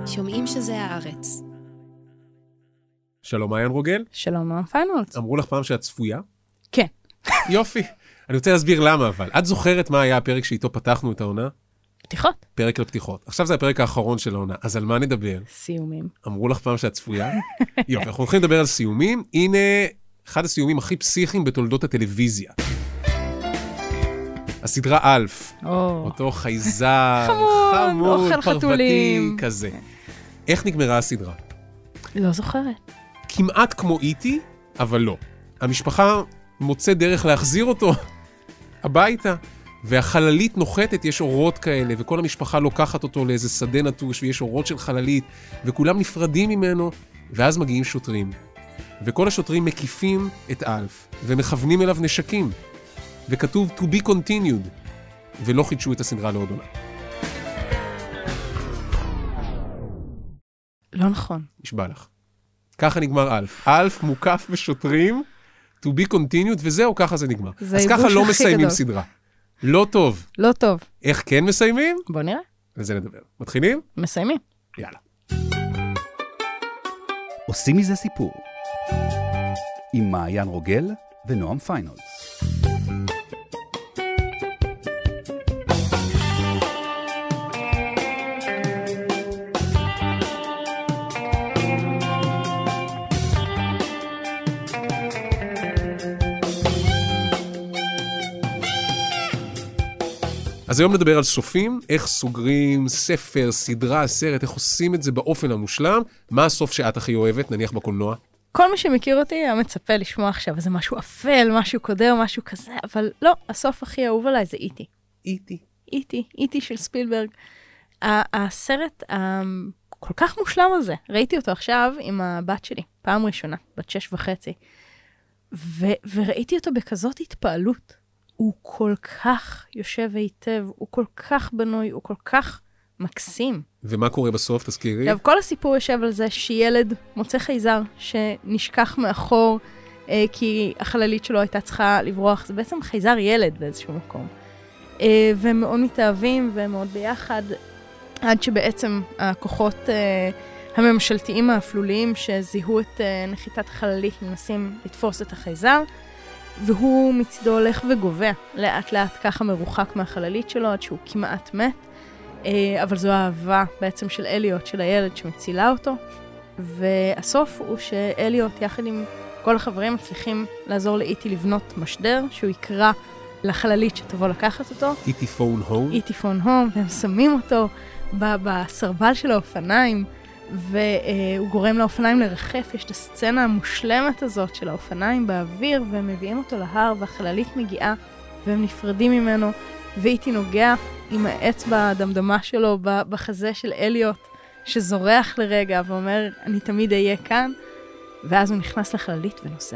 שומעים שזה הארץ. שלום, מעיין רוגל. שלום, נועם פיינולס. אמרו לך פעם שאת צפויה? כן. יופי. אני רוצה להסביר למה, אבל. את זוכרת מה היה הפרק שאיתו פתחנו את העונה? פתיחות. פרק לפתיחות. עכשיו זה הפרק האחרון של העונה, אז על מה נדבר? סיומים. אמרו לך פעם שאת צפויה? יופי, אנחנו הולכים לדבר על סיומים. הנה אחד הסיומים הכי פסיכיים בתולדות הטלוויזיה. הסדרה אלף. אותו חייזר, חמוד, פרוותי, כזה. איך נגמרה הסדרה? לא זוכרת. כמעט כמו איטי, אבל לא. המשפחה מוצא דרך להחזיר אותו הביתה, והחללית נוחתת, יש אורות כאלה, וכל המשפחה לוקחת אותו לאיזה שדה נטוש, ויש אורות של חללית, וכולם נפרדים ממנו, ואז מגיעים שוטרים. וכל השוטרים מקיפים את אלף, ומכוונים אליו נשקים, וכתוב to be continued, ולא חידשו את הסדרה לעוד עונה. לא נכון. נשבע לך. ככה נגמר אלף. אלף מוקף בשוטרים, to be continued, וזהו, ככה זה נגמר. אז ככה לא מסיימים סדרה. לא טוב. לא טוב. איך כן מסיימים? בוא נראה. לזה נדבר. מתחילים? מסיימים. יאללה. עושים מזה סיפור. עם מעיין רוגל ונועם פיינולס. אז היום נדבר על סופים, איך סוגרים ספר, סדרה, סרט, איך עושים את זה באופן המושלם. מה הסוף שאת הכי אוהבת, נניח בקולנוע? כל מי שמכיר אותי היה מצפה לשמוע עכשיו איזה משהו אפל, משהו קודר, משהו כזה, אבל לא, הסוף הכי אהוב עליי זה איטי. איטי של ספילברג. הסרט כל כך מושלם הזה, ראיתי אותו עכשיו עם הבת שלי, פעם ראשונה, בת 6.5, וראיתי אותו בכזאת התפעלות. הוא כל כך יושב היטב, הוא כל כך בנוי, הוא כל כך מקסים. ומה קורה בסוף, תזכירי? עכשיו, כל הסיפור יושב על זה שילד מוצא חייזר שנשכח מאחור, כי החללית שלו הייתה צריכה לברוח. זה בעצם חייזר ילד באיזשהו מקום. והם מאוד מתאהבים ומאוד ביחד, עד שבעצם הכוחות הממשלתיים האפלוליים שזיהו את נחיתת החללית מנסים לתפוס את החייזר, והוא מצדו הולך וגובע, לאט לאט ככה מרוחק מהחללית שלו, עד שהוא כמעט מת, אבל זו האהבה בעצם של אליוט, של הילד שמצילה אותו, והסוף הוא שאליוט יחד עם כל החברים מצליחים לעזור לאיטי לבנות משדר, שהוא יקרא לחללית שתבוא לקחת אותו. איטי פון הום. איטי פון הום, והם שמים אותו בסרבל של האופניים, והוא גורם לאופניים לרחף. יש את הסצנה המושלמת הזאת של האופניים באוויר, והם מביאים אותו להר, והחללית מגיעה, והם נפרדים ממנו, ואיטי נוגע עם האצבע הדמדמה שלו בחזה של אליוט, שזורח לרגע ואומר, אני תמיד אהיה כאן, ואז הוא נכנס לחללית ונוסע.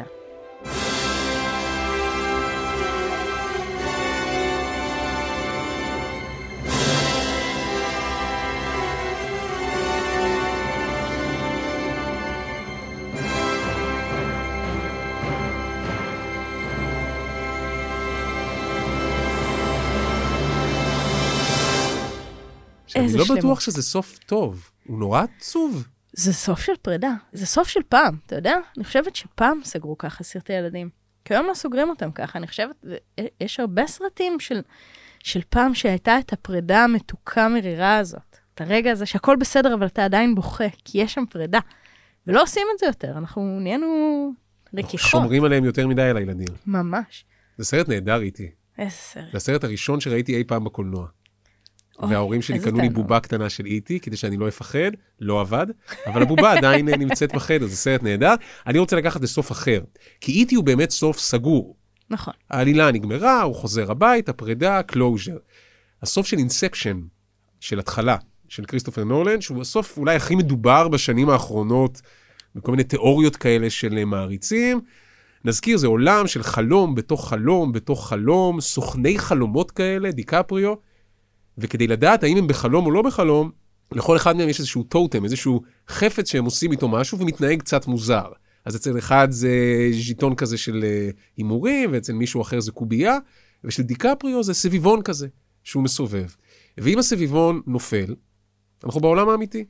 אני לא בטוח שזה סוף טוב, הוא נורא עצוב. זה סוף של פרידה, זה סוף של פעם, אתה יודע? אני חושבת שפעם סגרו ככה סרטי ילדים. כי היום לא סוגרים אותם ככה, אני חושבת, יש הרבה סרטים של פעם שהייתה את הפרידה המתוקה מרירה הזאת. את הרגע הזה שהכל בסדר, אבל אתה עדיין בוכה, כי יש שם פרידה. ולא עושים את זה יותר, אנחנו נהיינו רכיחות. שומרים עליהם יותר מדי על הילדים. ממש. זה סרט נהדר איתי. איזה סרט. זה הסרט הראשון שראיתי אי פעם בקולנוע. וההורים שלי קנו לי בובה קטנה של איטי, כדי שאני לא אפחד, לא עבד, אבל הבובה עדיין נמצאת בחדר, זה סרט נהדר. אני רוצה לקחת לסוף אחר, כי איטי הוא באמת סוף סגור. נכון. העלילה נגמרה, הוא חוזר הבית, הפרידה, closure. הסוף של אינספשן, של התחלה, של כריסטופר נולן, שהוא הסוף אולי הכי מדובר בשנים האחרונות, בכל מיני תיאוריות כאלה של מעריצים. נזכיר, זה עולם של חלום בתוך חלום, בתוך חלום, סוכני חלומות כאלה, דיקפריו, וכדי לדעת האם הם בחלום או לא בחלום, לכל אחד מהם יש איזשהו טוטם, איזשהו חפץ שהם עושים איתו משהו, ומתנהג קצת מוזר. אז אצל אחד זה ז'יטון כזה של הימורים, ואצל מישהו אחר זה קובייה, ושל דיקפריו זה סביבון כזה, שהוא מסובב. ואם הסביבון נופל, אנחנו בעולם האמיתי.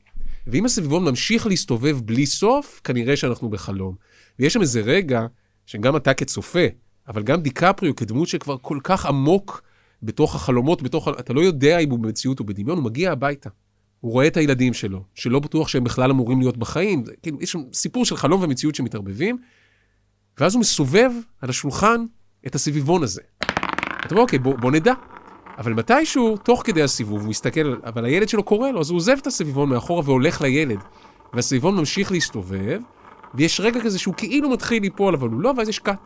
ואם הסביבון ממשיך להסתובב בלי סוף, כנראה שאנחנו בחלום. ויש שם איזה רגע, שגם אתה כצופה, אבל גם דיקפריו כדמות שכבר כל כך עמוק בתוך החלומות, אתה לא יודע אם הוא במציאות או בדמיון, הוא מגיע הביתה. הוא רואה את הילדים שלו, שלא בטוח שהם בכלל אמורים להיות בחיים. כאילו, יש שם סיפור של חלום ומציאות שמתערבבים, ואז הוא מסובב על השולחן את הסביבון הזה. אתה אומר, אוקיי, בוא נדע. אבל מתישהו, תוך כדי הסיבוב, הוא מסתכל, אבל הילד שלו קורא לו, אז הוא עוזב את הסביבון מאחורה והולך לילד. והסביבון ממשיך להסתובב, ויש רגע כזה שהוא כאילו מתחיל ליפול, אבל הוא לא, ואז יש קאט.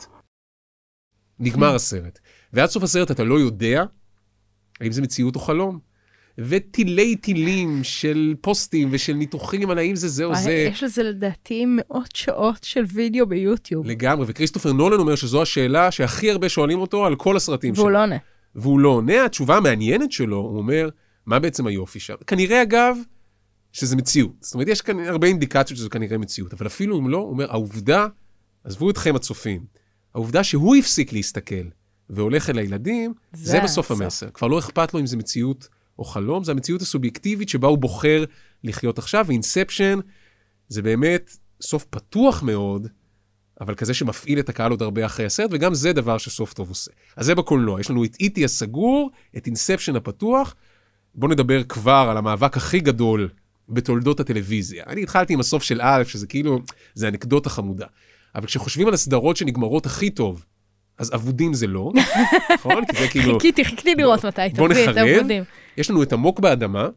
נגמר הסרט. ועד סוף הסרט אתה לא יודע האם זה מציאות או חלום. וטילי טילים של פוסטים ושל ניתוחים על האם זה או זה. יש לזה לדעתי מאות שעות של וידאו ביוטיוב. לגמרי, וכריסטופר נולן אומר שזו השאלה שהכי הרבה שואלים אותו על כל הסרטים שלו. והוא לא עונה. והוא לא עונה, התשובה המעניינת שלו, הוא אומר, מה בעצם היופי שם? כנראה אגב, שזה מציאות. זאת אומרת, יש כאן הרבה אינדיקציות שזה כנראה מציאות, אבל אפילו אם לא, הוא אומר, העובדה, עזבו אתכם הצופים, העובדה שהוא הפסיק להסתכל והולך אל הילדים, זה בסוף המסר. כבר לא אכפת לו אם זה מציאות או חלום, זה המציאות הסובייקטיבית שבה הוא בוחר לחיות עכשיו, ואינספשן זה באמת סוף פתוח מאוד, אבל כזה שמפעיל את הקהל עוד הרבה אחרי הסרט, וגם זה דבר שסוף טוב עושה. אז זה בקולנוע, יש לנו את איטי הסגור, את אינספשן הפתוח, בואו נדבר כבר על המאבק הכי גדול בתולדות הטלוויזיה. אני התחלתי עם הסוף של אלף, שזה כאילו, זה אנקדוטה חמודה. אבל כשחושבים על הסדרות שנגמרות הכי טוב, אז אבודים זה לא, נכון? כי זה כאילו... חיכיתי לראות מתי, תביא את אבודים. יש לנו את עמוק באדמה,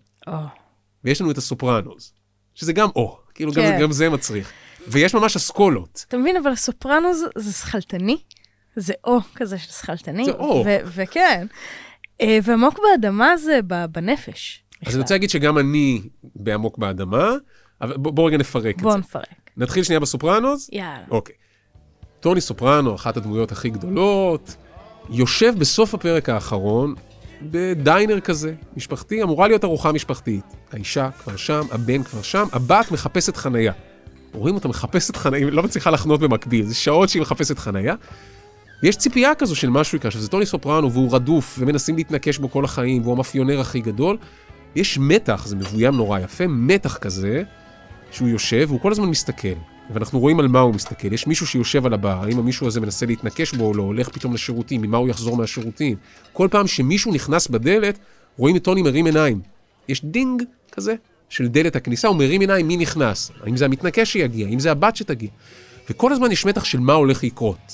ויש לנו את הסופרנוס, שזה גם כאילו גם זה מצריך. ויש ממש אסכולות. אתה מבין, אבל הסופרנוס זה שכלתני, זה כזה של שכלתני. זה וכן. ועמוק באדמה זה בנפש. אז אני רוצה להגיד שגם אני בעמוק באדמה, אבל בוא רגע נפרק את זה. בוא נפרק. נתחיל שנייה בסופרנוס? יאללה. אוקיי. טוני סופרנו, אחת הדמויות הכי גדולות, יושב בסוף הפרק האחרון, בדיינר כזה, משפחתי, אמורה להיות ארוחה משפחתית. האישה כבר שם, הבן כבר שם, הבת מחפשת חנייה. רואים אותה מחפשת חנייה, לא מצליחה לחנות במקביל, זה שעות שהיא מחפשת חנייה. ויש ציפייה כזו של משהו יקרה, שזה טוני סופרנו, והוא רדוף, ומנסים להתנקש בו כל החיים, והוא המאפיונר הכי גדול. יש מתח, זה מבוים נורא יפה, מתח כזה, שהוא יושב, והוא כל הזמן מסתכל. ואנחנו רואים על מה הוא מסתכל. יש מישהו שיושב על הבר, האם המישהו הזה מנסה להתנקש בו או לא, הולך פתאום לשירותים, ממה הוא יחזור מהשירותים. כל פעם שמישהו נכנס בדלת, רואים את טוני מרים עיניים. יש דינג כזה של דלת הכניסה, הוא מרים עיניים מי נכנס. האם זה המתנקש שיגיע, האם זה הבת שתגיע. וכל הזמן יש מתח של מה הולך לקרות.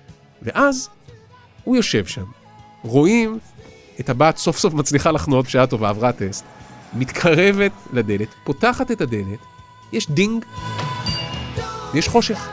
ואז הוא יושב שם. רואים את הבת סוף סוף מצליחה לחנות בשעה טובה, עברה טסט, מתקרבת לדלת, פותחת את הדלת, יש דינג, ויש חושך.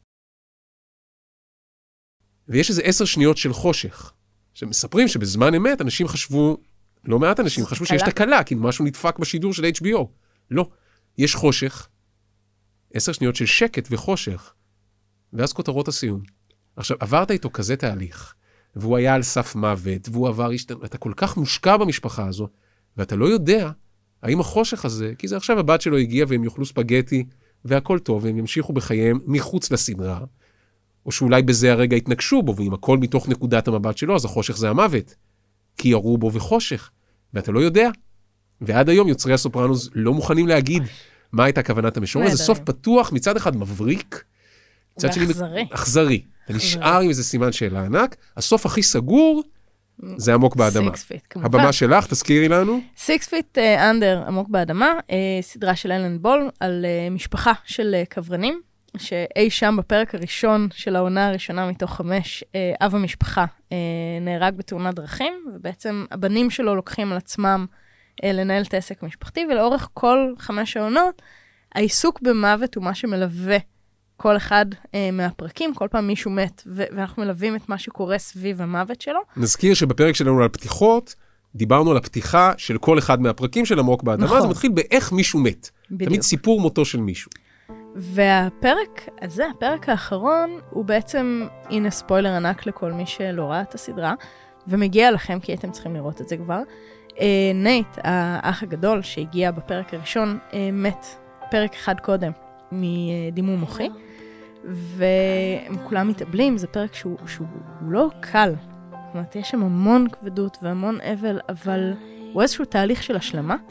ויש איזה 10 שניות של חושך, שמספרים שבזמן אמת אנשים חשבו, לא מעט אנשים חשבו שיש תקלה, כי משהו נדפק בשידור של HBO. לא, יש חושך, 10 שניות של שקט וחושך, ואז כותרות הסיום. עכשיו, עברת איתו כזה תהליך, והוא היה על סף מוות, והוא עבר, אתה כל כך מושקע במשפחה הזו, ואתה לא יודע האם החושך הזה, כי זה עכשיו הבת שלו הגיע והם יאכלו ספגטי, והכל טוב, והם ימשיכו בחייהם מחוץ לסדרה, או שאולי בזה הרגע התנגשו בו, ואם הכל מתוך נקודת המבט שלו, אז החושך זה המוות. כי ירו בו וחושך, ואתה לא יודע. ועד היום יוצרי הסופרנוס לא מוכנים להגיד מה הייתה כוונת המשורר. זה סוף פתוח, מצד אחד מבריק, מצד שני אכזרי. אתה נשאר עם איזה סימן שאלה ענק. הסוף הכי סגור, זה עמוק באדמה. הבמה שלך, תזכירי לנו. 6 Feet Under, עמוק באדמה, סדרה של אלן בול, על משפחה של קברנים, שאי שם בפרק הראשון של העונה הראשונה מתוך 5, אב המשפחה נהרג בתאונת דרכים, ובעצם הבנים שלו לוקחים על עצמם לנהל את העסק המשפחתי, ולאורך כל 5 העונות, העיסוק במוות הוא מה שמלווה כל אחד מהפרקים, כל פעם מישהו מת, ואנחנו מלווים את מה שקורה סביב המוות שלו. נזכיר שבפרק שלנו על פתיחות, דיברנו על הפתיחה של כל אחד מהפרקים של עמוק באדמה, נכון. זה מתחיל באיך מישהו מת. בדיוק. תמיד סיפור מותו של מישהו. והפרק הזה, הפרק האחרון, הוא בעצם, הנה ספוילר ענק לכל מי שלא ראה את הסדרה, ומגיע לכם, כי הייתם צריכים לראות את זה כבר. נייט, האח הגדול שהגיע בפרק הראשון, מת פרק אחד קודם מדימום מוחי, והם כולם מתאבלים, זה פרק שהוא לא קל. זאת אומרת, יש שם המון כבדות והמון אבל, אבל הוא איזשהו תהליך של השלמה,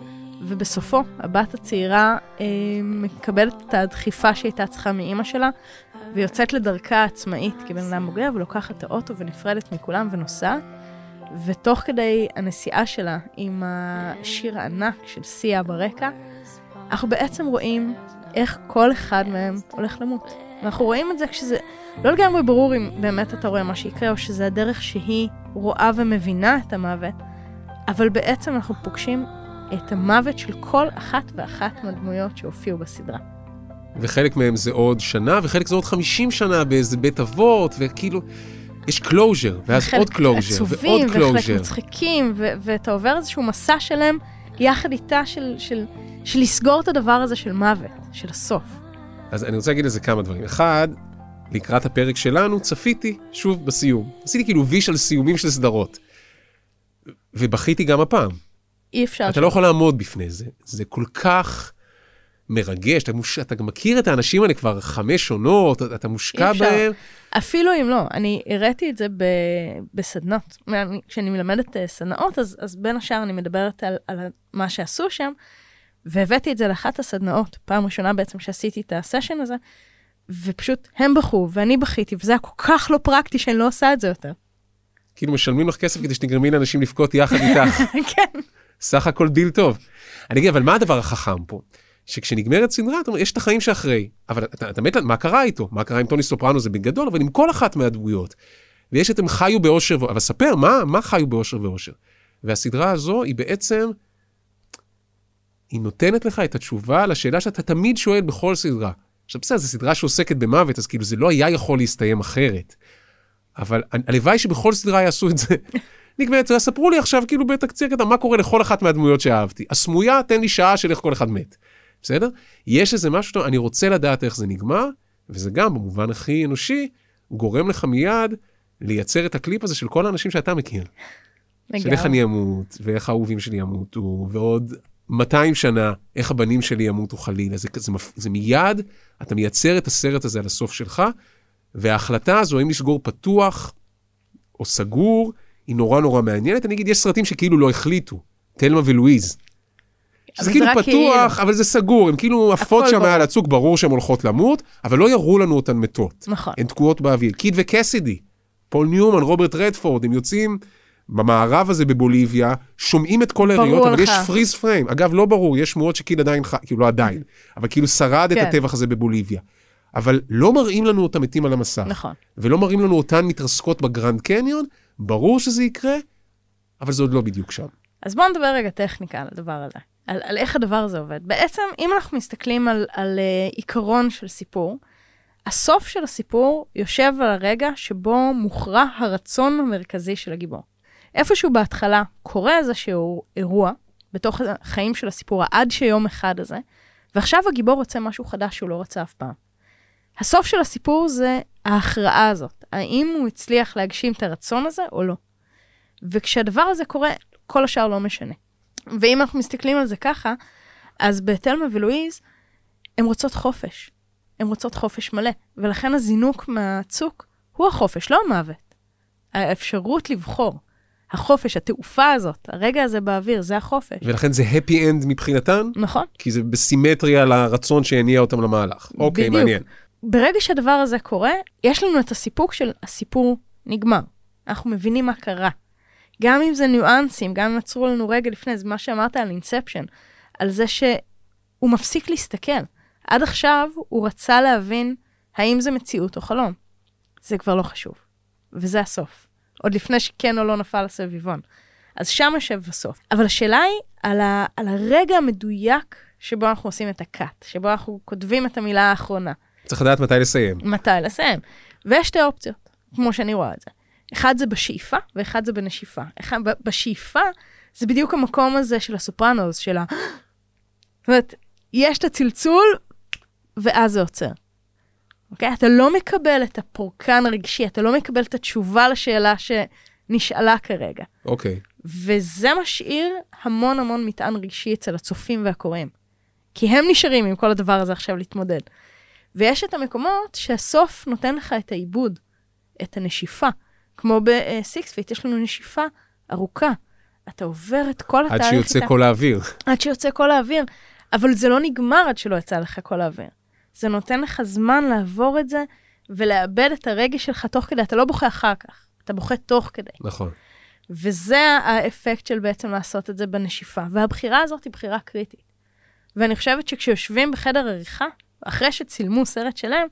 ובסופו, הבת הצעירה מקבלת את הדחיפה שהייתה צריכה מאמא שלה, ויוצאת לדרכה העצמאית כבן אדם בוגר, ולוקחת את האוטו ונפרדת מכולם ונוסעת, ותוך כדי הנסיעה שלה עם השיר הענק של סיה ברקע, אנחנו בעצם רואים איך כל אחד מהם הולך למות. ואנחנו רואים את זה כשזה לא לגמרי ברור אם באמת אתה רואה מה שיקרה, או שזה הדרך שהיא רואה ומבינה את המוות, אבל בעצם אנחנו פוגשים את המוות של כל אחת ואחת מהדמויות שהופיעו בסדרה. וחלק מהם זה עוד שנה, וחלק זה עוד 50 שנה באיזה בית אבות, וכאילו, יש קלוז'ר, ואז עוד קלוז'ר, ועוד קלוז'ר. וחלק מצחיקים, ואתה עובר איזשהו מסע שלם, יחד איתה של לסגור את הדבר הזה של מוות, של הסוף. אז אני רוצה להגיד לזה כמה דברים. אחד, לקראת הפרק שלנו, צפיתי שוב בסיום. עשיתי כאילו ויש על סיומים של סדרות. ובכיתי גם הפעם. אי אפשר. אתה לא יכול לעמוד בפני זה. זה כל כך מרגש. אתה גם מכיר את האנשים האלה כבר 5 עונות, אתה מושקע בהם. אפילו אם לא, אני הראיתי את זה בסדנות. כשאני מלמדת סדנאות, אז בין השאר אני מדברת על מה שעשו שם, והבאתי את זה לאחת הסדנאות, פעם ראשונה בעצם שעשיתי את הסשן הזה, ופשוט הם בכו, ואני בכיתי, וזה היה כל כך לא פרקטי שאני לא עושה את זה יותר. כאילו משלמים לך כסף כדי שתגרמי לאנשים לבכות יחד איתך. כן. סך הכל דיל טוב. אני אגיד, אבל מה הדבר החכם פה? שכשנגמרת סדרה, אתה אומר, יש את החיים שאחרי, אבל אתה מת, מה קרה איתו? מה קרה עם טוני סופרנו? זה בגדול, אבל עם כל אחת מהדמויות. ויש את הם חיו באושר, אבל ספר, מה חיו באושר ואושר? והסדרה הזו היא בעצם, היא נותנת לך את התשובה לשאלה שאתה תמיד שואל בכל סדרה. עכשיו בסדר, זו סדרה שעוסקת במוות, אז כאילו זה לא היה יכול להסתיים אחרת. אבל הלוואי שבכל סדרה יעשו את זה. נגמרת, ספרו לי עכשיו כאילו בתקציר קטן, מה קורה לכל אחת מהדמויות שאהבתי. הסמויה, תן לי שעה של איך כל אחד מת. בסדר? יש איזה משהו, אני רוצה לדעת איך זה נגמר, וזה גם במובן הכי אנושי, גורם לך מיד לייצר את הקליפ הזה של כל האנשים שאתה מכיר. של איך אני אמות, ואיך האהובים שלי ימותו, ועוד 200 שנה, איך הבנים שלי ימותו חלילה. זה מיד, אתה מייצר את הסרט הזה על הסוף שלך, וההחלטה הזו, אם לסגור פתוח או סגור, היא נורא נורא מעניינת. אני אגיד, יש סרטים שכאילו לא החליטו, תלמה ולואיז. זה כאילו פתוח, אבל זה סגור, הם כאילו עפות שם על הצוק, ברור שהן הולכות למות, אבל לא יראו לנו אותן מתות. נכון. הן תקועות באוויר. קיד וקסידי, פול ניומן, רוברט רדפורד, הם יוצאים במערב הזה בבוליביה, שומעים את כל היריות, אבל יש פריז פריים. אגב, לא ברור, יש שמועות שקיד עדיין, כאילו לא עדיין, אבל כאילו שרד את הטבח הזה בבוליביה. אבל לא מראים לנו אותם מתים על המסך. נכון. ולא מראים לנו אותן מתרסקות בגרנד קניון, ברור שזה יקרה, אבל זה עוד לא בדיוק שם. אז בואו נדבר רגע טכניקה על הדבר הזה. על איך הדבר הזה עובד. בעצם, אם אנחנו מסתכלים על עיקרון של סיפור, הסוף של הסיפור יושב על הרגע שבו מוכרע הרצון המרכזי של הגיבור. איפשהו בהתחלה קורה איזשהו אירוע, בתוך החיים של הסיפור, עד שיום אחד הזה, ועכשיו הגיבור רוצה משהו חדש שהוא לא רצה אף פעם. הסוף של הסיפור זה ההכרעה הזאת. האם הוא הצליח להגשים את הרצון הזה או לא. וכשהדבר הזה קורה, כל השאר לא משנה. ואם אנחנו מסתכלים על זה ככה, אז בתלמה ולואיז, הן רוצות חופש. הן רוצות חופש מלא. ולכן הזינוק מהצוק הוא החופש, לא המוות. האפשרות לבחור. החופש, התעופה הזאת, הרגע הזה באוויר, זה החופש. ולכן זה happy end מבחינתן? נכון. כי זה בסימטריה לרצון שהניע אותם למהלך. אוקיי, מעניין. ברגע שהדבר הזה קורה, יש לנו את הסיפוק של הסיפור נגמר. אנחנו מבינים מה קרה. גם אם זה ניואנסים, גם אם עצרו לנו רגע לפני, זה מה שאמרת על אינספשן, על זה שהוא מפסיק להסתכל. עד עכשיו הוא רצה להבין האם זה מציאות או חלום. זה כבר לא חשוב. וזה הסוף. עוד לפני שכן או לא נפל הסביבון. אז שם יושב בסוף. אבל השאלה היא על הרגע המדויק שבו אנחנו עושים את הקאט, שבו אנחנו כותבים את המילה האחרונה. צריך לדעת מתי לסיים. מתי לסיים. ויש 2 אופציות, כמו שאני רואה את זה. אחד זה בשאיפה, ואחד זה בנשיפה. בשאיפה, זה בדיוק המקום הזה של הסופרנוס, של זאת אומרת, יש את הצלצול, ואז זה עוצר. אוקיי? אתה לא מקבל את הפורקן הרגשי, אתה לא מקבל את התשובה לשאלה שנשאלה כרגע. אוקיי. וזה משאיר המון המון מטען רגשי אצל הצופים והקוראים. כי הם נשארים עם כל הדבר הזה עכשיו להתמודד. ויש את המקומות שהסוף נותן לך את העיבוד, את הנשיפה. כמו ב-6 Feet, יש לנו נשיפה ארוכה. אתה עובר את כל התהליך עד שיוצא כל האוויר. עד שיוצא כל האוויר. אבל זה לא נגמר עד שלא יצא לך כל האוויר. זה נותן לך זמן לעבור את זה, ולאבד את הרגש שלך תוך כדי. אתה לא בוכה אחר כך, אתה בוכה תוך כדי. נכון. וזה האפקט של בעצם לעשות את זה בנשיפה. והבחירה הזאת היא בחירה קריטית. ואני חושבת שכשיושבים בחדר עריכה, אחרי שצילמו סרט שלהם,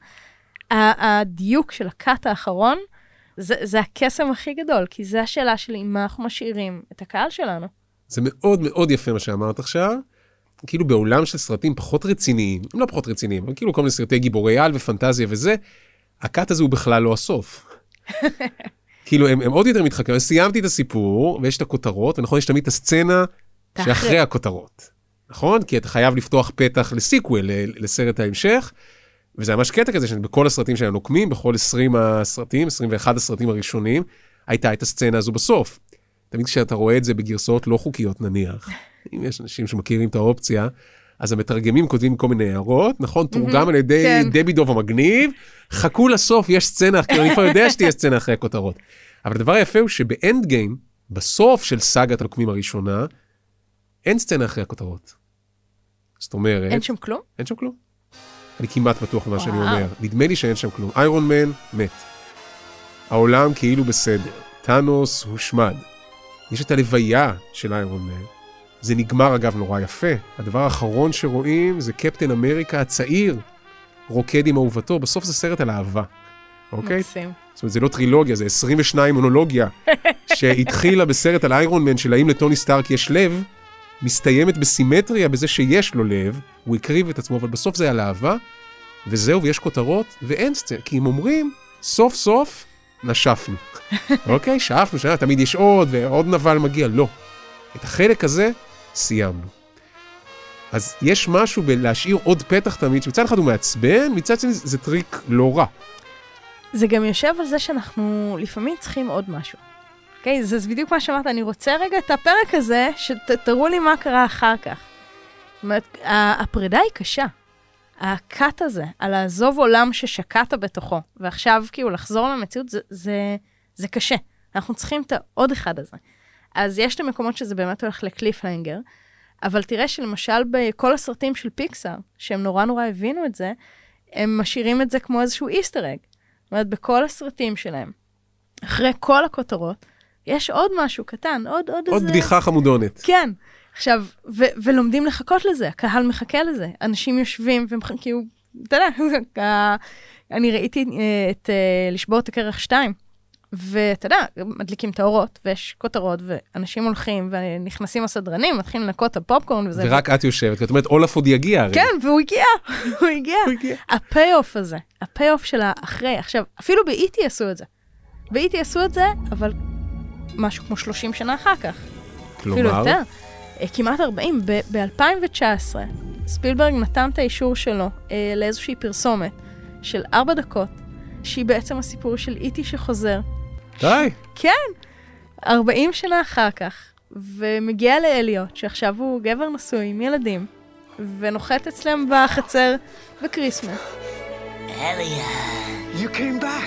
הדיוק של הקאט האחרון, זה הקסם הכי גדול, כי זה השאלה שלי, מה אנחנו משאירים את הקהל שלנו. זה מאוד מאוד יפה מה שאמרת עכשיו, כאילו בעולם של סרטים פחות רציניים, הם לא פחות רציניים, אבל כאילו כל מיני סרטי גיבורי על ופנטזיה וזה, הקאט הזה הוא בכלל לא הסוף. כאילו הם עוד יותר מתחכמים, סיימתי את הסיפור, ויש את הכותרות, ונכון, יש תמיד את הסצנה שאחרי הכותרות. נכון? כי אתה חייב לפתוח פתח לסיקוול, לסרט ההמשך, וזה ממש קטע כזה, שבכל הסרטים שלנו נוקמים, בכל 20 הסרטים, 21 הסרטים הראשונים, הייתה את הסצנה הזו בסוף. תמיד כשאתה רואה את זה בגרסאות לא חוקיות נניח, אם יש אנשים שמכירים את האופציה, אז המתרגמים כותבים כל מיני הערות, נכון? תורגם על ידי דבידוב המגניב, חכו לסוף, יש סצנה, כי אני כבר יודע שתהיה סצנה אחרי הכותרות. אבל הדבר היפה הוא שבאנד גיים, בסוף של סאגת הנוקמים הראשונה, אין סצנה אחרי הכותרות. זאת אומרת... אין שם כלום? אין שם כלום. אני כמעט בטוח במה שאני אומר. נדמה לי שאין שם כלום. איירון מן מת. העולם כאילו בסדר. טאנוס הושמד. יש את הלוויה של איירון מן. זה נגמר אגב נורא יפה. הדבר האחרון שרואים זה קפטן אמריקה הצעיר, רוקד עם אהובתו. בסוף זה סרט על אהבה. אוקיי? מקסים. זאת אומרת, זה לא טרילוגיה, זה 22 מונולוגיה, שהתחילה בסרט על איירון מן, של האם לטוני סטארק יש לב, מסתיימת בסימטריה בזה שיש לו לב, הוא הקריב את עצמו, אבל בסוף זה על אהבה, וזהו, ויש כותרות, ואין סצנה, כי הם אומרים, סוף סוף נשפנו. אוקיי? שאפנו, תמיד יש עוד, ועוד נבל מגיע, לא. את החלק הזה סיימנו. אז יש משהו בלהשאיר עוד פתח תמיד, שמצד אחד הוא מעצבן, מצד שני זה טריק לא רע. זה גם יושב על זה שאנחנו לפעמים צריכים עוד משהו. אוקיי? זה בדיוק מה שאמרת, אני רוצה רגע את הפרק הזה, שתראו לי מה קרה אחר כך. זאת אומרת, הפרידה היא קשה. הקאט הזה, על לעזוב עולם ששקעת בתוכו, ועכשיו כאילו לחזור למציאות, זה קשה. אנחנו צריכים את העוד אחד הזה. אז יש את המקומות שזה באמת הולך לקליפהנגר, אבל תראה שלמשל בכל הסרטים של פיקסאר, שהם נורא נורא הבינו את זה, הם משאירים את זה כמו איזשהו איסטר אג. זאת אומרת, בכל הסרטים שלהם, אחרי כל הכותרות, יש עוד משהו קטן, עוד איזה... עוד בדיחה חמודונת. כן. עכשיו, ולומדים לחכות לזה, הקהל מחכה לזה, אנשים יושבים כאילו, אתה יודע, אני ראיתי את לשבור את הכרך 2, ואתה יודע, מדליקים את האורות, ויש כותרות, ואנשים הולכים, ונכנסים הסדרנים, מתחילים לנקות את הפופקורן וזה. ורק את יושבת, כי את אומרת, אולף עוד יגיע. כן, והוא הגיע, הוא הגיע. הפי-אוף הזה, הפי-אוף של האחרי, עכשיו, אפילו באיטי עשו את זה. באיטי עשו את זה, אבל משהו כמו 30 שנה אחר כך. כלומר? אפילו יותר. כמעט 40. ב-2019, ספילברג נתן את האישור שלו לאיזושהי פרסומת של 4 דקות, שהיא בעצם הסיפור של איטי שחוזר. די. כן. 40 שנה אחר כך, ומגיע לאליוט, שעכשיו הוא גבר נשוי עם ילדים, ונוחת אצלם בחצר בקריסמס. אליוט. You came back.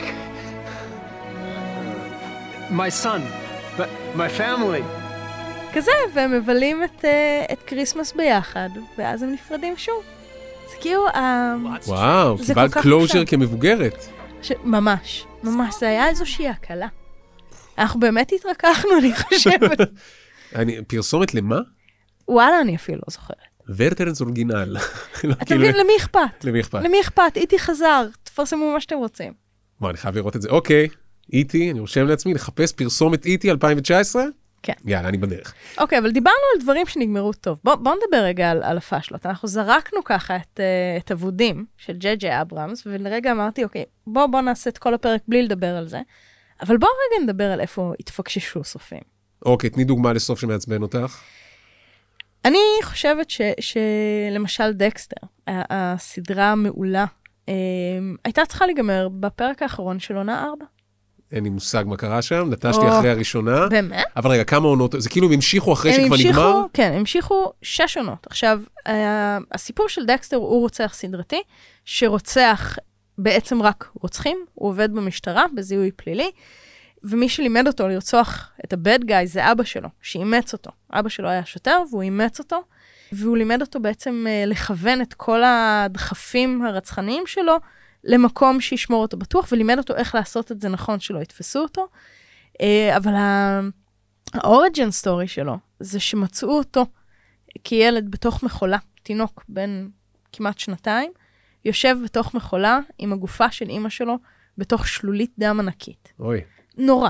My son, but my family. כזה, והם מבלים את קריסמס ביחד, ואז הם נפרדים שוב. זה כאילו... וואו, קיבלת קלוז'ר כמבוגרת. ממש, ממש, זה היה איזושהי הקלה. אנחנו באמת התרככנו, אני חושבת. פרסומת למה? וואלה, אני אפילו לא זוכרת. ורטרנס אורגינל. אתה מבין, למי אכפת? למי אכפת? למי אכפת? איתי חזר, תפרסמו מה שאתם רוצים. בוא, אני חייב לראות את זה. אוקיי, איתי, אני רושם לעצמי, לחפש פרסומת איתי 2019? כן. יאללה, אני בדרך. אוקיי, אבל דיברנו על דברים שנגמרו טוב. בוא נדבר רגע על הפאשלות. אנחנו זרקנו ככה את אבודים של ג'יי אברהמס, ולרגע אמרתי, אוקיי, בוא נעשה את כל הפרק בלי לדבר על זה, אבל בוא רגע נדבר על איפה התפקששו סופים. אוקיי, תני דוגמה לסוף שמעצבן אותך. אני חושבת שלמשל דקסטר, הסדרה המעולה, הייתה צריכה להיגמר בפרק האחרון של עונה 4. אין לי מושג מה קרה שם, נטשתי אחרי הראשונה. באמת? אבל רגע, כמה עונות? זה כאילו הם המשיכו אחרי שכבר נגמר? כן, הם המשיכו 6 עונות. עכשיו, הסיפור של דקסטר הוא רוצח סדרתי, שרוצח בעצם רק רוצחים, הוא עובד במשטרה, בזיהוי פלילי, ומי שלימד אותו לרצוח את הבד גאי זה אבא שלו, שאימץ אותו. אבא שלו היה שוטר והוא אימץ אותו, והוא לימד אותו בעצם לכוון את כל הדחפים הרצחניים שלו למקום שישמור אותו בטוח, ולימד אותו איך לעשות את זה נכון שלא יתפסו אותו. אבל האוריג'ן סטורי שלו זה שמצאו אותו כילד בתוך מחולה, תינוק בן כמעט 2, יושב בתוך מחולה עם הגופה של אמא שלו בתוך שלולית דם ענקית. אוי. נורא.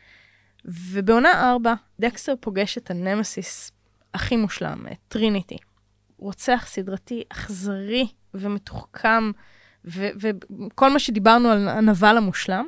ובעונה 4, דקסטר פוגש את הנמסיס הכי מושלם, את טריניטי. רוצח סדרתי אכזרי ומתוחכם, וכל מה שדיברנו על הנבל המושלם.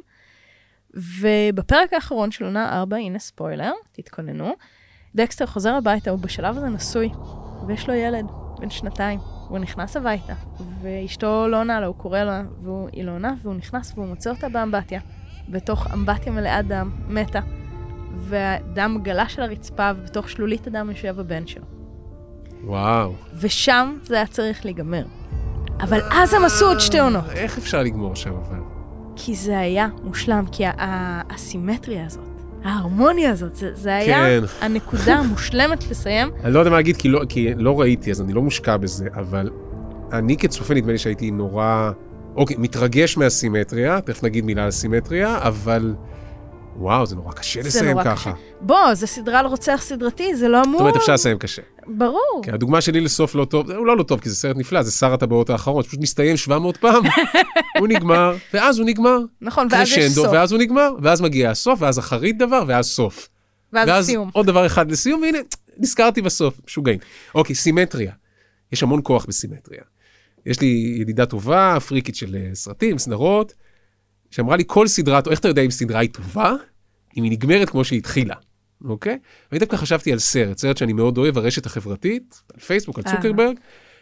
ובפרק האחרון של עונה 4, הנה ספוילר, תתכוננו, דקסטר חוזר הביתה, הוא בשלב הזה נשוי, ויש לו ילד בן 2, הוא נכנס הביתה, ואשתו לא עונה לו, הוא קורא לה, והיא לא עונה, והוא נכנס והוא מוצא אותה באמבטיה, בתוך אמבטיה מלאה דם, מתה, והדם גלש על הרצפה, ובתוך שלולית הדם יושב הבן שלו. וואו. ושם זה היה צריך להיגמר. אבל אז הם עשו עוד 2 עונות. איך אפשר לגמור שם אבל? כי זה היה מושלם, כי הסימטריה הזאת, ההרמוניה הזאת, זה היה כן. הנקודה המושלמת לסיים. אני לא יודע מה להגיד, כי לא ראיתי, אז אני לא מושקע בזה, אבל אני כצופה נדמה לי שהייתי נורא, מתרגש מהסימטריה, תכף נגיד מילה על סימטריה, אבל וואו, זה נורא קשה לסיים ככה. בוא, זה סדרה על רוצח סדרתי, זה לא אמור. זאת אומרת, אפשר לסיים קשה. ברור. כי הדוגמה שלי לסוף לא טוב, הוא לא טוב, כי זה סרט נפלא, זה שר הטבעות האחרון, שפשוט מסתיים 700 פעם, הוא נגמר, ואז הוא נגמר. נכון, ואז יש סוף. ואז הוא נגמר, ואז מגיע הסוף, ואז אחרית דבר, ואז סוף. ואז סיום. עוד דבר אחד לסיום, והנה, נזכרתי בסוף, משוגעים. אוקיי, סימטריה. יש המון כוח בסימטריה. יש לי ידידה טובה, פריקית של סרטים, סדרות, שאמרה לי, כל סדרה, איך אתה יודע אם סדרה היא טובה? אם היא נגמרת כמו שהיא התחילה. אוקיי? ואני דווקא חשבתי על סרט שאני מאוד אוהב, הרשת החברתית, על פייסבוק, על צוקרברג,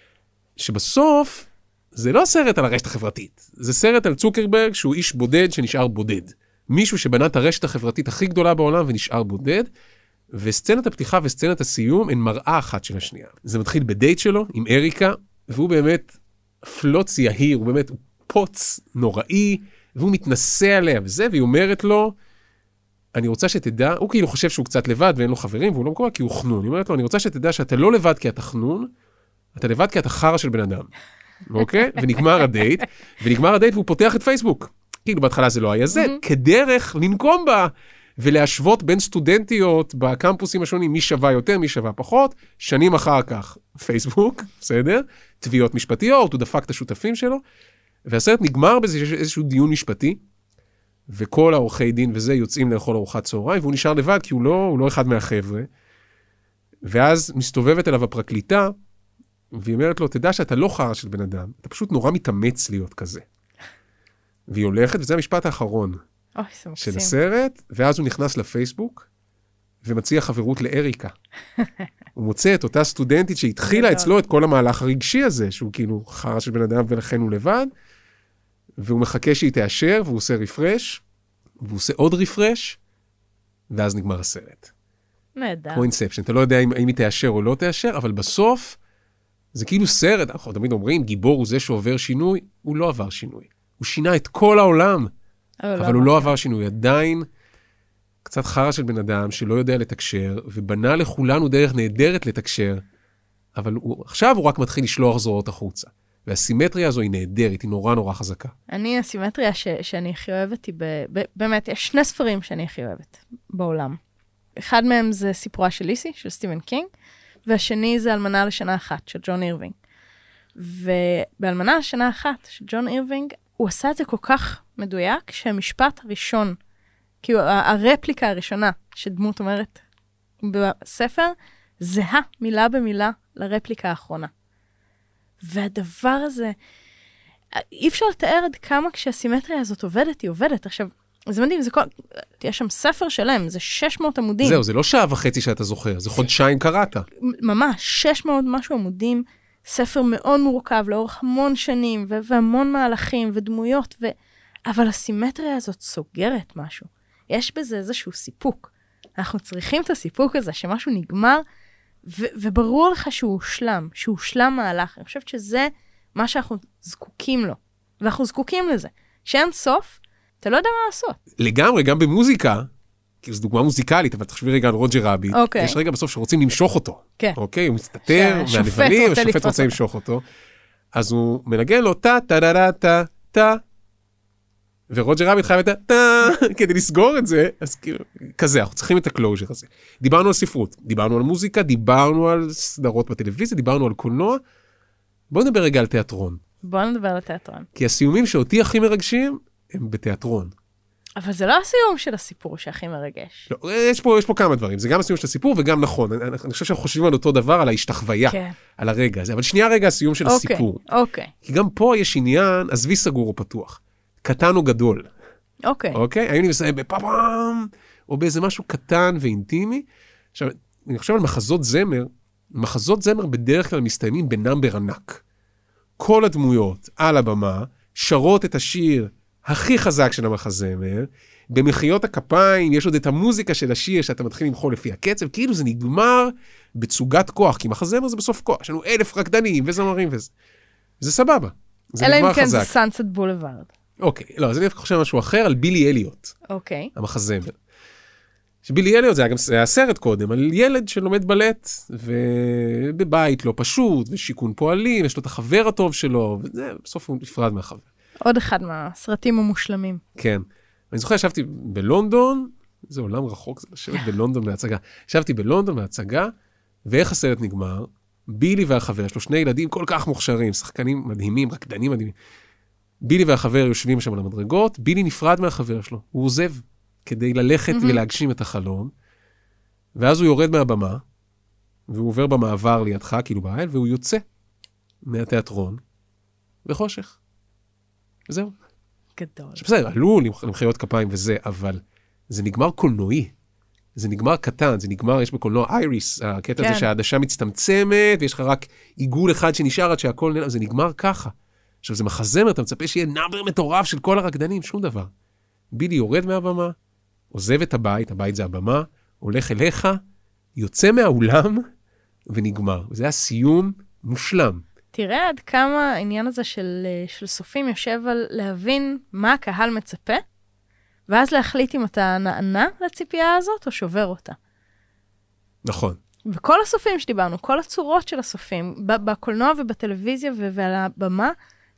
שבסוף זה לא סרט על הרשת החברתית, זה סרט על צוקרברג שהוא איש בודד שנשאר בודד. מישהו שבנה את הרשת החברתית הכי גדולה בעולם ונשאר בודד, וסצנת הפתיחה וסצנת הסיום הן מראה אחת של השנייה. זה מתחיל בדייט שלו עם אריקה, והוא באמת פלוץ יהיר, הוא באמת פוץ נוראי, והוא מתנסה עליה וזה, והיא אומרת לו, אני רוצה שתדע, הוא כאילו חושב שהוא קצת לבד ואין לו חברים, והוא לא מקורה כי הוא חנון. היא אומרת לו, אני רוצה שתדע שאתה לא לבד כי אתה חנון, אתה לבד כי אתה חרא של בן אדם. אוקיי? ונגמר הדייט, והוא פותח את פייסבוק. כאילו בהתחלה זה לא היה זה, כדרך לנקום בה, ולהשוות בין סטודנטיות בקמפוסים השונים, מי שווה יותר, מי שווה פחות, שנים אחר כך, פייסבוק, בסדר? תביעות משפטיות, הוא דפק את השותפים שלו, והסרט נגמר בזה שיש איזשהו דיון משפטי, וכל העורכי דין וזה יוצאים לאכול ארוחת צהריים, והוא נשאר לבד, כי הוא לא אחד מהחבר'ה. ואז מסתובבת אליו הפרקליטה, והיא אומרת לו, תדע שאתה לא חרא של בן אדם, אתה פשוט נורא מתאמץ להיות כזה. והיא הולכת, וזה המשפט האחרון של הסרט, ואז הוא נכנס לפייסבוק, ומציע חברות לאריקה. הוא מוצא את אותה סטודנטית שהתחילה אצלו את כל המהלך הרגשי הזה, שהוא כאילו חרא של בן אדם ולכן הוא לבד, והוא מחכה שהיא תאשר, והוא עושה רפרש, והוא עושה עוד רפרש, ואז נגמר הסרט. נהדר. כמו אינספשן, אתה לא יודע אם היא תאשר או לא תאשר, אבל בסוף, זה כאילו סרט, אנחנו תמיד אומרים, גיבור הוא זה שעובר שינוי, הוא לא עבר שינוי. הוא שינה את כל העולם, אבל הוא לא עבר שינוי. עדיין קצת חרא של בן אדם שלא יודע לתקשר, ובנה לכולנו דרך נהדרת לתקשר, אבל עכשיו הוא רק מתחיל לשלוח זרועות החוצה. והסימטריה הזו היא נהדרת, היא נורא נורא חזקה. הסימטריה שאני הכי אוהבת היא, באמת, יש 2 ספרים שאני הכי אוהבת בעולם. אחד מהם זה סיפורה של ליסי, של סטיבן קינג, והשני זה אלמנה לשנה אחת, של ג'ון אירווינג. ובאלמנה לשנה אחת, של ג'ון אירווינג, הוא עשה את זה כל כך מדויק, שהמשפט הראשון, כאילו הרפליקה הראשונה שדמות אומרת בספר, זהה מילה במילה לרפליקה האחרונה. והדבר הזה, אי אפשר לתאר עד כמה כשהסימטריה הזאת עובדת, היא עובדת. עכשיו, זה מדהים, יש שם ספר שלם, זה 600 עמודים. זהו, זה לא שעה וחצי שאתה זוכר, זה חודשיים קראת. ממש, 600 משהו עמודים, ספר מאוד מורכב, לאורך המון שנים, והמון מהלכים ודמויות, אבל הסימטריה הזאת סוגרת משהו. יש בזה איזשהו סיפוק. אנחנו צריכים את הסיפוק הזה, שמשהו נגמר, וברור לך שהוא הושלם מהלך. אני חושבת שזה מה שאנחנו זקוקים לו. ואנחנו זקוקים לזה. שאין סוף, אתה לא יודע מה לעשות. לגמרי, גם במוזיקה, כאילו זו דוגמה מוזיקלית, אבל תחשבי רגע על רוג'ר רביט, אוקיי. יש רגע בסוף שרוצים למשוך אותו. כן. אוקיי, הוא מסתתר שהשופט מהלבנים, רוצה השופט לתפוס רוצה אותו. למשוך אותו, אז הוא מנגן לו טה, טה, טה, טה, טה, טה, ורוג'ר רביט חייב את הטה, כדי לסגור את זה, אז כאילו, כזה, אנחנו צריכים את הקלוז'ר הזה. דיברנו על ספרות, דיברנו על מוזיקה, דיברנו על סדרות בטלוויזיה, דיברנו על קולנוע, בואו נדבר רגע על תיאטרון. בואו נדבר על התיאטרון. כי הסיומים שאותי הכי מרגשים, הם בתיאטרון. אבל זה לא הסיום של הסיפור שהכי מרגש. לא, יש פה כמה דברים, זה גם הסיום של הסיפור וגם נכון, אני חושב שאנחנו חושבים על אותו דבר, על ההשתחוויה, כן. על הרגע הזה, אבל שנייה רגע הסיום של הסיפור. אוקיי. כי גם פה יש עניין, עזבי סגור או פתוח, קטן או גדול, אוקיי. אוקיי? האם אני מסיים בפאפאם, או באיזה משהו קטן ואינטימי. עכשיו, אני חושב על מחזות זמר בדרך כלל מסתיימים בנאמבר ענק. כל הדמויות על הבמה שרות את השיר הכי חזק של המחזמר, במחיאות הכפיים יש עוד את המוזיקה של השיר שאתה מתחיל למחול לפי הקצב, כאילו זה נגמר בצוגת כוח, כי מחזמר זה בסוף כוח, יש לנו 1,000 רקדנים וזמרים וזה. זה סבבה. זה אלא נגמר אם כן חזק. זה סאנסט בולווארד. אוקיי, לא, אז אני חושב משהו אחר על בילי אליוט, אוקיי. המחזמר. שבילי אליוט זה היה סרט קודם, על ילד שלומד בלט, ובבית לא פשוט, ושיכון פועלים, יש לו את החבר הטוב שלו, וזה, בסוף הוא נפרד מהחבר. עוד אחד מהסרטים המושלמים. כן. אני זוכר, ישבתי בלונדון, זה עולם רחוק, זה לשבת בלונדון מהצגה. ישבתי בלונדון מהצגה, ואיך הסרט נגמר? בילי והחבר, יש לו 2 ילדים כל כך מוכשרים, שחקנים מדהימים, רקדנים מדהימים. בילי והחבר יושבים שם על המדרגות, בילי נפרד מהחבר שלו, הוא עוזב, כדי ללכת ולהגשים את החלום, ואז הוא יורד מהבמה, והוא עובר במעבר לידך, כאילו בעל, והוא יוצא מהתיאטרון, וחושך. וזהו. גדול. בסדר, עלו למחיאות כפיים וזה, אבל זה נגמר קולנועי. זה נגמר קטן, זה נגמר, יש בקולנוע אייריס, הקטע הזה שהעדשה מצטמצמת, ויש לך רק עיגול אחד שנשאר עד שהכל נעלם, זה נגמר ככה. עכשיו, זה מחזמר, אתה מצפה שיהיה נאמבר מטורף של כל הרקדנים, שום דבר. בילי יורד מהבמה, עוזב את הבית, הבית זה הבמה, הולך אליך, יוצא מהאולם, ונגמר. וזה היה סיום מושלם. תראה עד כמה העניין הזה של סופים יושב על להבין מה הקהל מצפה, ואז להחליט אם אתה נענה לציפייה הזאת או שובר אותה. נכון. וכל הסופים שדיברנו, כל הצורות של הסופים, בקולנוע ובטלוויזיה ועל הבמה,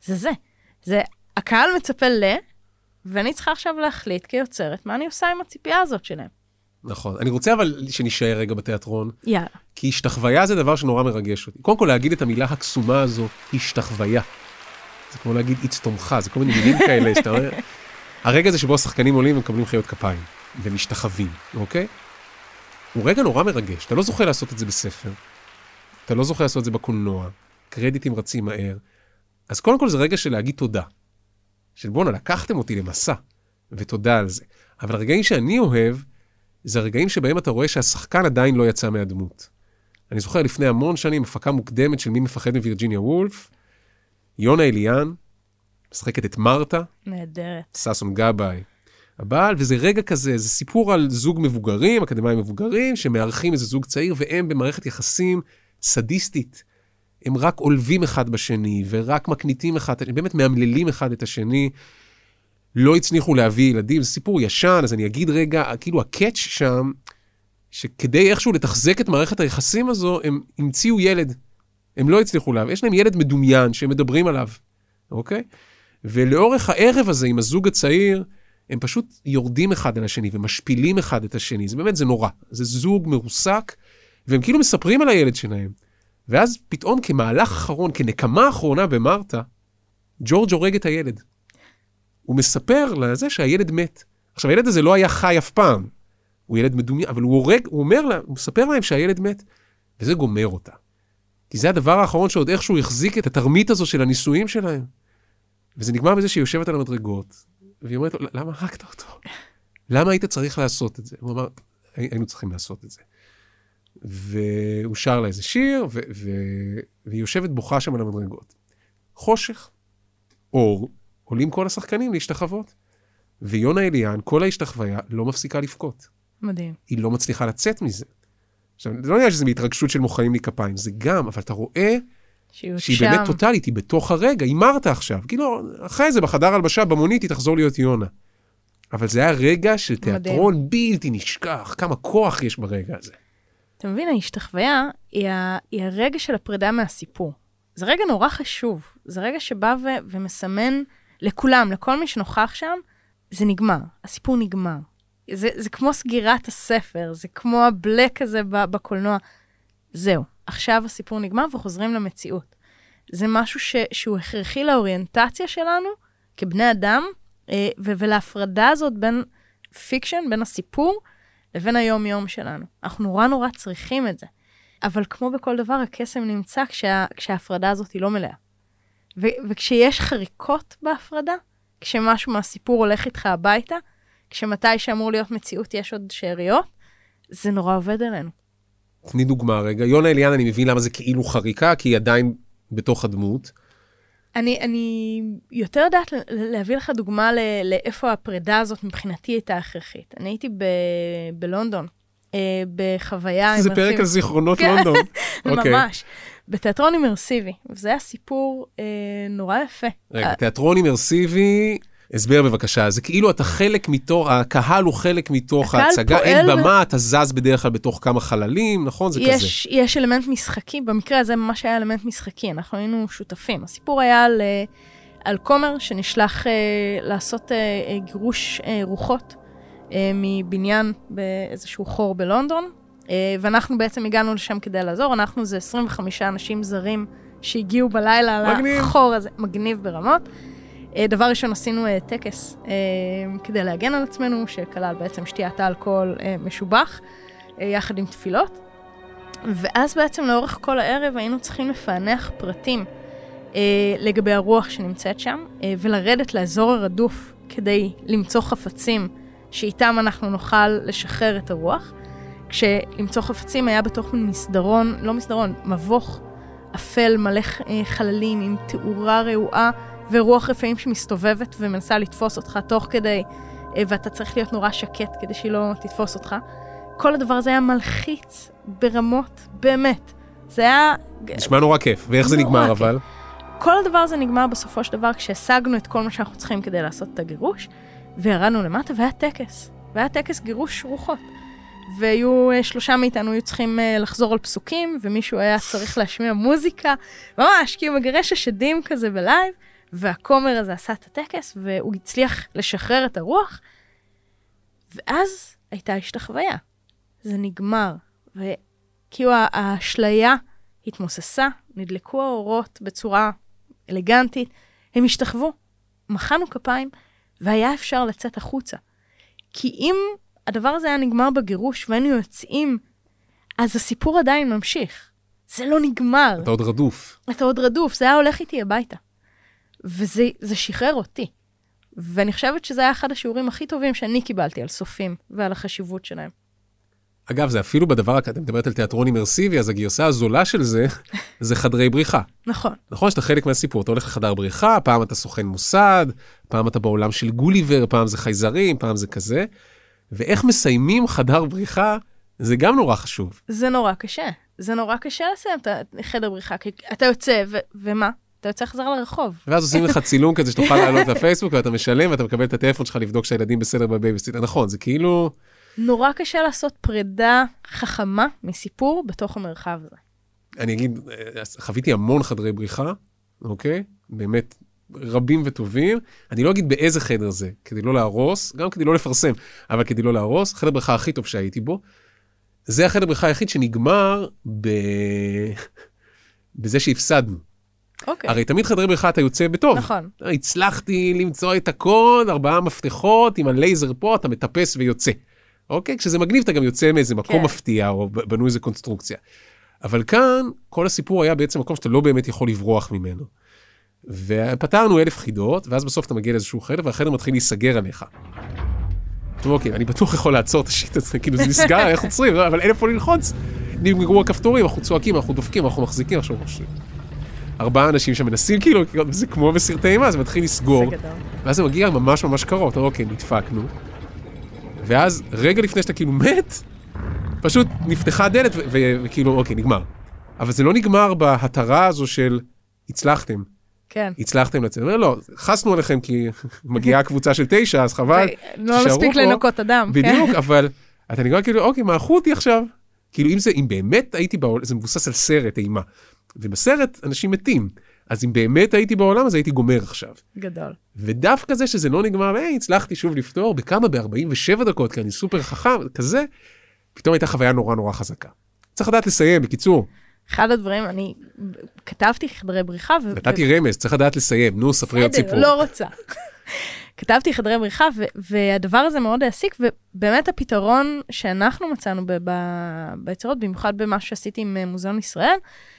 זה הקהל מצפה ואני צריכה עכשיו להחליט כיוצרת מה אני עושה עם הציפייה הזאת שלהם. נכון. אני רוצה אבל שנשאר רגע בתיאטרון. יאללה. כי השתחוויה זה דבר שנורא מרגש אותי. קודם כל להגיד את המילה הקסומה הזו, השתחוויה. זה כמו להגיד הצטומחה, זה כל מיני מילים כאלה שאתה אומר. הרגע הזה שבו השחקנים עולים ומקבלים חיות כפיים, ומשתחווים, אוקיי? הוא רגע נורא מרגש. אתה לא זוכה לעשות את זה בספר. אתה לא זוכה לעשות את זה בקולנוע. קרדיטים רצים מהר. אז קודם כל זה רגע של להגיד תודה. של בונה, לקחתם אותי למסע, ותודה על זה. אבל הרגעים שאני אוהב, זה הרגעים שבהם אתה רואה שהשחקן עדיין לא יצא מהדמות. אני זוכר לפני המון שנים, הפקה מוקדמת של מי מפחד מווירג'יניה וולף, יונה אליאן, משחקת את מרתה. נהדרת. ששון גבאי. הבעל, וזה רגע כזה, זה סיפור על זוג מבוגרים, אקדמיים מבוגרים, שמארחים איזה זוג צעיר, והם במערכת יחסים סדיסטית. הם רק עולבים אחד בשני, ורק מקניטים אחד, באמת מאמללים אחד את השני, לא הצליחו להביא ילדים, זה סיפור ישן, אז אני אגיד רגע, כאילו הקאץ' שם, שכדי איכשהו לתחזק את מערכת היחסים הזו, הם המציאו ילד. הם לא הצליחו להביא, יש להם ילד מדומיין שהם מדברים עליו, אוקיי? ולאורך הערב הזה עם הזוג הצעיר, הם פשוט יורדים אחד על השני, ומשפילים אחד את השני, זה באמת, זה נורא. זה זוג מרוסק, והם כאילו מספרים על הילד שלהם. ואז פתאום כמהלך אחרון, כנקמה אחרונה במרתה, ג'ורג' הורג את הילד. הוא מספר לזה שהילד מת. עכשיו, הילד הזה לא היה חי אף פעם. הוא ילד מדומיין, אבל הוא מספר להם שהילד מת, וזה גומר אותה. כי זה הדבר האחרון שעוד איכשהו החזיק את התרמית הזו של הניסויים שלהם. וזה נגמר בזה שהיא יושבת על המדרגות, והיא אומרת לו, למה הרגת אותו? למה היית צריך לעשות את זה? הוא אמר, היינו צריכים לעשות את זה. והוא שר לה איזה שיר, והיא יושבת בוכה שם על המדרגות. חושך, אור, עולים כל השחקנים להשתחוות. ויונה אליאן, כל ההשתחוויה, לא מפסיקה לבכות. מדהים. היא לא מצליחה לצאת מזה. עכשיו, לא נראה שזה מהתרגשות של מוחאים לי כפיים, זה גם, אבל אתה רואה שהיא באמת טוטלית, היא בתוך הרגע, היא מרתה עכשיו. כאילו, אחרי זה, בחדר הלבשה, במונית, היא תחזור להיות יונה. אבל זה היה רגע של תיאטרון בלתי נשכח, כמה כוח יש ברגע הזה. אתה מבין, ההשתחוויה היא הרגע של הפרידה מהסיפור. זה רגע נורא חשוב. זה רגע שבא ומסמן לכולם, לכל מי שנוכח שם, זה נגמר. הסיפור נגמר. זה כמו סגירת הספר, זה כמו הבלק הזה בקולנוע. זהו, עכשיו הסיפור נגמר וחוזרים למציאות. זה משהו שהוא הכרחי לאוריינטציה שלנו, כבני אדם, ולהפרדה הזאת בין פיקשן, בין הסיפור, לבין היום-יום שלנו. אנחנו נורא נורא צריכים את זה. אבל כמו בכל דבר, הקסם נמצא כשההפרדה הזאת היא לא מלאה. וכשיש חריקות בהפרדה, כשמשהו מהסיפור הולך איתך הביתה, כשמתי שאמור להיות מציאות יש עוד שאריות, זה נורא עובד עלינו. תני דוגמה רגע. יונה אליאן, אני מבין למה זה כאילו חריקה, כי היא עדיין בתוך הדמות. אני יותר יודעת להביא לך דוגמה לאיפה הפרידה הזאת מבחינתי הייתה הכרחית. אני הייתי בלונדון, בחוויה... זה פרק על זיכרונות לונדון. ממש. בתיאטרון אימרסיבי, וזה היה סיפור נורא יפה. רגע, תיאטרון אימרסיבי, הסבר בבקשה, זה כאילו אתה חלק מתוך, הקהל הוא חלק מתוך ההצגה, אין במה, אתה זז בדרך כלל בתוך כמה חללים, נכון? זה כזה. יש אלמנט משחקי, במקרה הזה ממש היה אלמנט משחקי, אנחנו היינו שותפים. הסיפור היה על כומר שנשלח לעשות גירוש רוחות מבניין באיזשהו חור בלונדון, ואנחנו בעצם הגענו לשם כדי לעזור, אנחנו זה 25 אנשים זרים שהגיעו בלילה לחור הזה, מגניב ברמות. דבר ראשון עשינו טקס כדי להגן על עצמנו, שכלל בעצם שתיית האלכוהול משובח, יחד עם תפילות. ואז בעצם לאורך כל הערב היינו צריכים לפענח פרטים לגבי הרוח שנמצאת שם, ולרדת לאזור הרדוף כדי למצוא חפצים שאיתם אנחנו נוכל לשחרר את הרוח. כשלמצוא חפצים היה בתוך מסדרון, לא מסדרון, מבוך אפל מלא חללים עם תאורה רעועה, ורוח רפאים שמסתובבת ומנסה לתפוס אותך תוך כדי, ואתה צריך להיות נורא שקט כדי שהיא לא תתפוס אותך. כל הדבר הזה היה מלחיץ ברמות, באמת. זה היה... נשמע נורא כיף. ואיך זה נגמר אבל? כל הדבר הזה נגמר בסופו של דבר כשהשגנו את כל מה שאנחנו צריכים כדי לעשות את הגירוש, וירדנו למטה והיה טקס. והיה טקס גירוש רוחות. והיו 3 מאיתנו היו צריכים לחזור על פסוקים, ומישהו היה צריך להשמיע מוזיקה, ממש, כי הוא מגרש השדים כזה בלייב, והכומר הזה עשה את הטקס, והוא הצליח לשחרר את הרוח, ואז הייתה השתחוויה. זה נגמר, וכאילו האשליה התמוססה, נדלקו האורות בצורה אלגנטית, הם השתחוו, מחאנו כפיים, והיה אפשר לצאת החוצה. כי אם הדבר הזה היה נגמר בגירוש, והיינו יוצאים, אז הסיפור עדיין ממשיך. זה לא נגמר. אתה עוד רדוף. אתה עוד רדוף, זה היה הולך איתי הביתה. וזה שחרר אותי. ואני חושבת שזה היה אחד השיעורים הכי טובים שאני קיבלתי על סופים ועל החשיבות שלהם. אגב, זה אפילו בדבר, אתם מדברת על תיאטרון אימרסיבי, אז הגרסה הזולה של זה, זה חדרי בריחה. נכון. נכון שאתה חלק מהסיפור, אתה הולך לחדר בריחה, פעם אתה סוכן מוסד, פעם אתה בעולם של גוליבר, פעם זה חייזרים, פעם זה כזה. ואיך מסיימים חדר בריחה, זה גם נורא חשוב. זה נורא קשה. זה נורא קשה לסיים את חדר בריחה, כי אתה יוצא, ומה? אתה יוצא חזר לרחוב. ואז עושים לך צילום כזה שתוכל לעלות לפייסבוק, ואתה משלם, ואתה מקבל את הטלפון שלך לבדוק שהילדים בסדר בבייביסיטר. נכון, זה כאילו... נורא קשה לעשות פרידה חכמה מסיפור בתוך המרחב הזה. אני אגיד, חוויתי המון חדרי בריחה, אוקיי? באמת רבים וטובים. אני לא אגיד באיזה חדר זה, כדי לא להרוס, גם כדי לא לפרסם, אבל כדי לא להרוס, חדר בריחה הכי טוב שהייתי בו, זה החדר בריחה היחיד שנגמר בזה שהפסדנו. אוקיי. הרי תמיד חדרי בריחה אתה יוצא בטוב. נכון. הצלחתי למצוא את הקוד, 4 מפתחות, עם הלייזר פה, אתה מטפס ויוצא. אוקיי? כשזה מגניב, אתה גם יוצא מאיזה מקום מפתיע, או בנו איזה קונסטרוקציה. אבל כאן, כל הסיפור היה בעצם מקום שאתה לא באמת יכול לברוח ממנו. ופתרנו 1000 חידות, ואז בסוף אתה מגיע לאיזשהו חדר, והחדר מתחיל להיסגר עליך. טוב, אוקיי, אני בטוח יכול לעצור את השיט הזה, כאילו זה נסגר, איך עוצרים, אבל אין איפה ללחוץ. נגמרו הכפתורים, אנחנו צועקים, אנחנו דופקים, אנחנו מחזיקים, עכשיו חושבים. 4 אנשים שמנסים, כאילו, זה כמו בסרטי אימה, זה מתחיל לסגור. ואז זה מגיע ממש ממש קרוב, אוקיי, נדפקנו. ואז רגע לפני שאתה כאילו מת, פשוט נפתחה הדלת וכאילו, אוקיי, נגמר. אבל זה לא נגמר בהתרה הזו של הצלחתם. כן. הצלחתם לצאת. אומר, לא, חסנו עליכם כי מגיעה קבוצה של 9, אז חבל. לא מספיק לנקות אדם. בדיוק, אבל אתה נגמר כאילו, אוקיי, מערכו אותי עכשיו. כאילו, אם באמת הייתי בעולם, זה מבוסס על סרט אימה. ובסרט אנשים מתים. אז אם באמת הייתי בעולם, אז הייתי גומר עכשיו. גדול. ודווקא זה שזה לא נגמר, הצלחתי שוב לפתור, בכמה? ב-47 דקות, כי אני סופר חכם, כזה, פתאום הייתה חוויה נורא נורא חזקה. צריך לדעת לסיים, בקיצור. אחד הדברים, אני כתבתי חדרי בריחה. נתתי רמז, צריך לדעת לסיים, נו, ספרי עוד סיפור. לא רוצה. כתבתי חדרי בריחה, והדבר הזה מאוד העסיק, ובאמת הפתרון שאנחנו מצאנו ביצירות, במיוחד במה שעשיתי עם מוזיאון ישראל,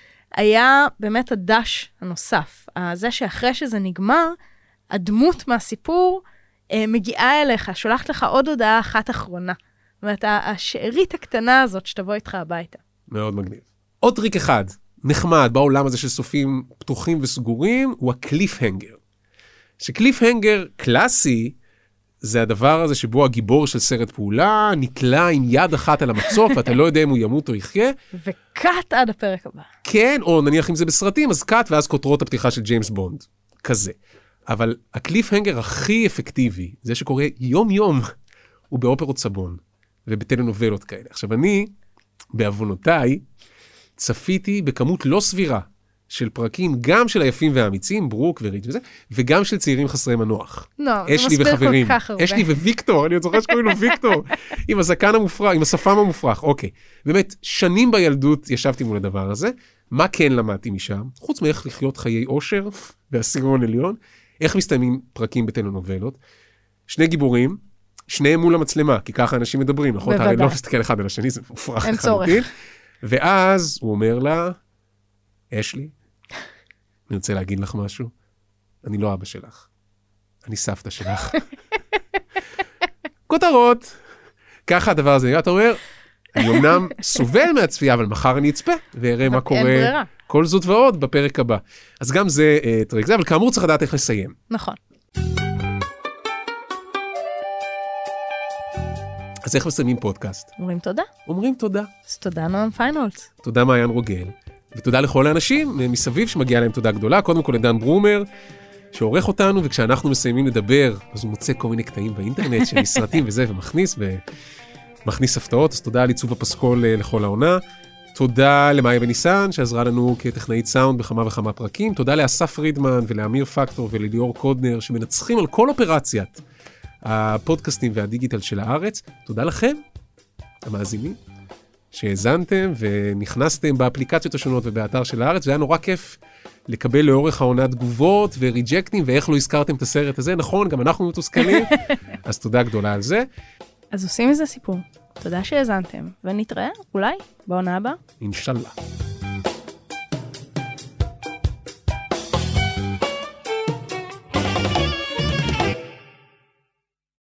היה באמת הדש הנוסף. זה שאחרי שזה נגמר, הדמות מהסיפור מגיעה אליך, שולחת לך עוד הודעה אחת אחרונה. זאת אומרת, השארית הקטנה הזאת שתבוא איתך הביתה. מאוד מגניב. עוד טריק אחד, נחמד, בעולם הזה של סופים פתוחים וסגורים, הוא הקליף-הנגר. שקליף-הנגר קלאסי, זה הדבר הזה שבו הגיבור של סרט פעולה נתלה עם יד אחת על המצוק, ואתה לא יודע אם הוא ימות או יחיה. וקאט עד הפרק הבא. כן, או נניח אם זה בסרטים, אז קאט ואז כותרות הפתיחה של ג'יימס בונד. כזה. אבל הקליף-הנגר הכי אפקטיבי, זה שקורה יום-יום, הוא באופרות סבון, ובטלנובלות כאלה. עכשיו אני, בעוונותיי, צפיתי בכמות לא סבירה, של פרקים, גם של היפים והאמיצים, ברוק וריץ' וזה, וגם של צעירים חסרי מנוח. לא, זה מסביר כל כך הרבה. אשלי וויקטור, אני עוד זוכר שקוראים לו ויקטור, עם הזקן המופרח, עם השפם המופרח, אוקיי. באמת, שנים בילדות ישבתי מול הדבר הזה, מה כן למדתי משם? חוץ מאיך לחיות חיי אושר, בעשירון עליון, איך מסתיימים פרקים בטלנובלות, שני גיבורים, שניהם מול המצלמה, כי ככה אנשים מדברים, נכון? בוודאי. לא מסתכל אחד על השני, זה מופרח אין צורך. ואז הוא אומר לה, אשלי, אני רוצה להגיד לך משהו, אני לא אבא שלך, אני סבתא שלך. כותרות, ככה הדבר הזה נראה, אתה אומר, אני אומנם סובל מהצפייה, אבל מחר אני אצפה, ואראה מה קורה, כל זאת ועוד בפרק הבא. אז גם זה טריק זה, אבל כאמור צריך לדעת איך לסיים. נכון. אז איך מסיימים פודקאסט? אומרים תודה. אומרים תודה. אז תודה נועם פיינולס. תודה מעיין רוגל. ותודה לכל האנשים מסביב שמגיעה להם תודה גדולה. קודם כל לדן ברומר, שעורך אותנו, וכשאנחנו מסיימים לדבר, אז הוא מוצא כל מיני קטעים באינטרנט של סרטים וזה, ומכניס הפתעות. אז תודה על עיצוב הפסקול לכל העונה. תודה למאיה וניסן, שעזרה לנו כטכנאית סאונד בכמה וכמה פרקים. תודה לאסף פרידמן ולאמיר פקטור ולליאור קודנר, שמנצחים על כל אופרציית הפודקאסטים והדיגיטל של הארץ. תודה לכם, המאזינים, שהזנתם ונכנסתם באפליקציות השונות ובאתר של הארץ, והיה נורא כיף לקבל לאורך העונה תגובות וריג'קטים, ואיך לא הזכרתם את הסרט הזה, נכון, גם אנחנו מתוסכלים, אז תודה גדולה על זה. אז עושים איזה סיפור. תודה שהזנתם, ונתראה אולי בעונה הבאה. אינשאללה.